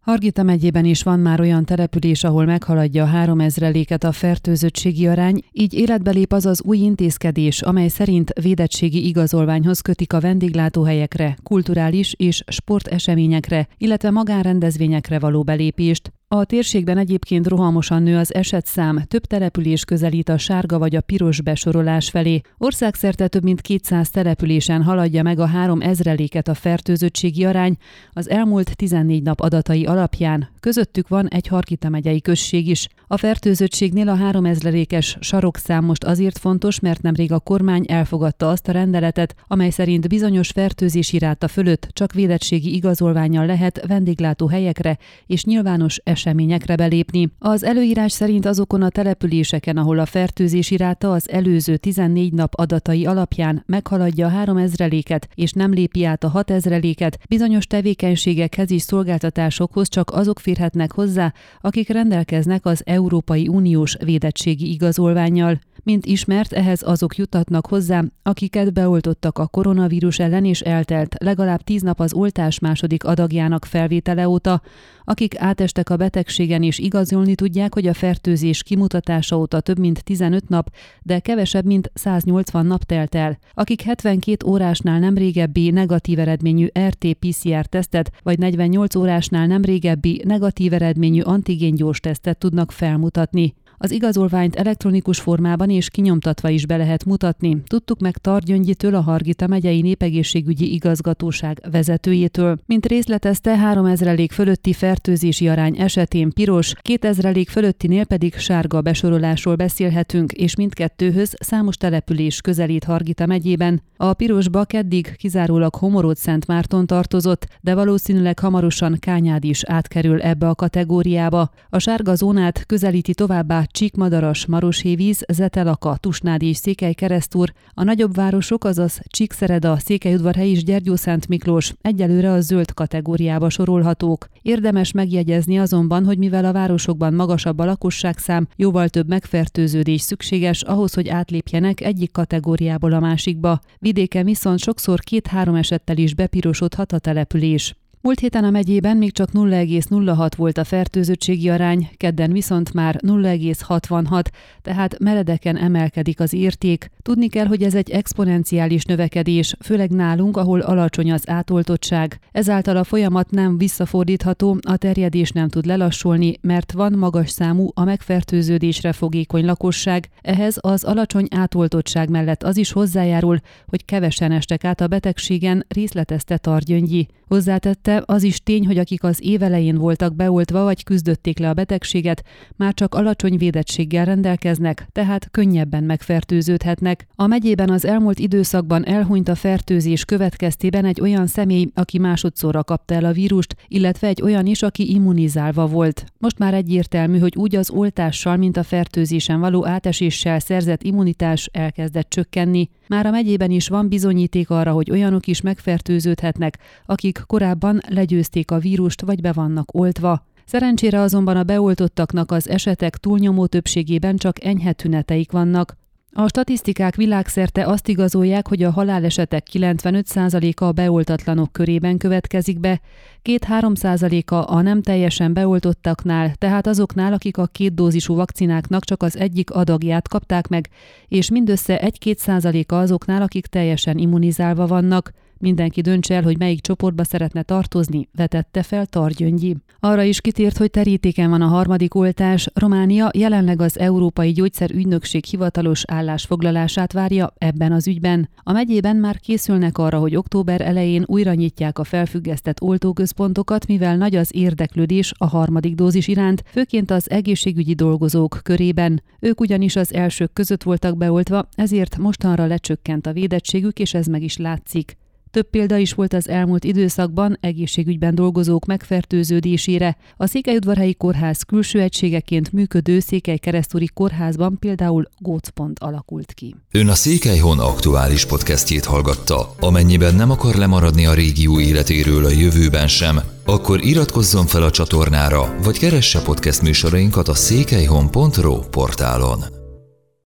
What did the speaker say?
Hargita megyében is van már olyan település, ahol meghaladja a 3000-et a fertőzöttségi arány, így életbe lép az az új intézkedés, amely szerint védettségi igazolványhoz kötik a vendéglátóhelyekre, kulturális és sporteseményekre, illetve magánrendezvényekre való belépést. A térségben egyébként rohamosan nő az esetszám, több település közelít a sárga vagy a piros besorolás felé. Országszerte több mint 200 településen haladja meg a 3000-et a fertőzöttségi arány az elmúlt 14 nap adatai alapján. Közöttük van egy Hargita megyei község is. A fertőzöttségnél a 3000-es sarokszám most azért fontos, mert nemrég a kormány elfogadta azt a rendeletet, amely szerint bizonyos fertőzési ráta fölött csak védettségi igazolvánnyal lehet vendéglátóhelyekre és nyilvános eseményekre belépni. Az előírás szerint azokon a településeken, ahol a fertőzési ráta az előző 14 nap adatai alapján meghaladja a 3000-et és nem lépi át a 6000-et, bizonyos tevékenységekhez és szolgáltatásokhoz csak azok férhetnek hozzá, akik rendelkeznek az Európai Uniós védettségi igazolvánnyal. Mint ismert, ehhez azok juttatnak hozzá, akiket beoltottak a koronavírus ellen és eltelt legalább 10 nap az oltás második adagjának felvétele óta, akik átestek a betegségen és igazolni tudják, hogy a fertőzés kimutatása óta több mint 15 nap, de kevesebb mint 180 nap telt el, akik 72 órásnál nem régebbi negatív eredményű RT-PCR-tesztet vagy 48 órásnál nem régebbi negatív eredményű antigén-gyors-tesztet tudnak felmutatni. Az igazolványt elektronikus formában és kinyomtatva is be lehet mutatni. Tudtuk meg Targyöngyitől, a Hargita megyei népegészségügyi igazgatóság vezetőjétől. Mint részletezte, 3000 fölötti fertőzési arány esetén piros, 2000 fölöttinél pedig sárga besorolásról beszélhetünk, és mindkettőhöz számos település közelít Hargita megyében. A pirosba keddig kizárólag Homorod-Szentmárton tartozott, de valószínűleg hamarosan Kányád is átkerül ebbe a kategóriába. A sárga zónát közelíti továbbá Csíkmadaras, Maroshévíz, Zetelaka, Tusnádi és Székelykeresztúr, a nagyobb városok, azaz Csíkszereda, Székelyudvarhely és Gyergyószentmiklós egyelőre a zöld kategóriába sorolhatók. Érdemes megjegyezni azonban, hogy mivel a városokban magasabb a lakosságszám, jóval több megfertőződés szükséges ahhoz, hogy átlépjenek egyik kategóriából a másikba. Vidéken viszont sokszor 2-3 esettel is bepirosodhat a település. Múlt héten a megyében még csak 0,06 volt a fertőzöttségi arány, kedden viszont már 0,66, tehát meredeken emelkedik az érték. Tudni kell, hogy ez egy exponenciális növekedés, főleg nálunk, ahol alacsony az átoltottság. Ezáltal a folyamat nem visszafordítható, a terjedés nem tud lelassulni, mert van magas számú a megfertőződésre fogékony lakosság. Ehhez az alacsony átoltottság mellett az is hozzájárul, hogy kevesen estek át a betegségen, részletezte Targyöngyi. Hozzátette, az is tény, hogy akik az év elején voltak beoltva vagy küzdötték le a betegséget, már csak alacsony védettséggel rendelkeznek, tehát könnyebben megfertőződhetnek. A megyében az elmúlt időszakban elhunyt a fertőzés következtében egy olyan személy, aki másodszorra kapta el a vírust, illetve egy olyan is, aki immunizálva volt. Most már egyértelmű, hogy úgy az oltással, mint a fertőzésen való áteséssel szerzett immunitás elkezdett csökkenni. Már a megyében is van bizonyíték arra, hogy olyanok is megfertőződhetnek, akik korábban legyőzték a vírust vagy be vannak oltva. Szerencsére azonban a beoltottaknak az esetek túlnyomó többségében csak enyhe tüneteik vannak. A statisztikák világszerte azt igazolják, hogy a halálesetek 95%-a a beoltatlanok körében következik be, 2-3%-a a nem teljesen beoltottaknál, tehát azoknál, akik a 2 dózisú vakcináknak csak az egyik adagját kapták meg, és mindössze 1-2% azoknál, akik teljesen immunizálva vannak. Mindenki döntse el, hogy melyik csoportba szeretne tartozni, vetette fel Targyöngyi. Arra is kitért, hogy terítéken van a harmadik oltás. Románia jelenleg az Európai Gyógyszerügynökség hivatalos állásfoglalását várja ebben az ügyben. A megyében már készülnek arra, hogy október elején újra nyitják a felfüggesztett oltóközpontokat, mivel nagy az érdeklődés a harmadik dózis iránt, főként az egészségügyi dolgozók körében. Ők ugyanis az elsők között voltak beoltva, ezért mostanra lecsökkent a védettségük, és ez meg is látszik. Több példa is volt az elmúlt időszakban egészségügyben dolgozók megfertőződésére. A Székelyudvarhelyi Kórház külső egységeként működő Székelykeresztúri Kórházban például gócpont alakult ki. Ön a Székelyhon aktuális podcastjét hallgatta. Amennyiben nem akar lemaradni a régió életéről a jövőben sem, akkor iratkozzon fel a csatornára, vagy keresse podcast műsorainkat a székelyhon.ro portálon.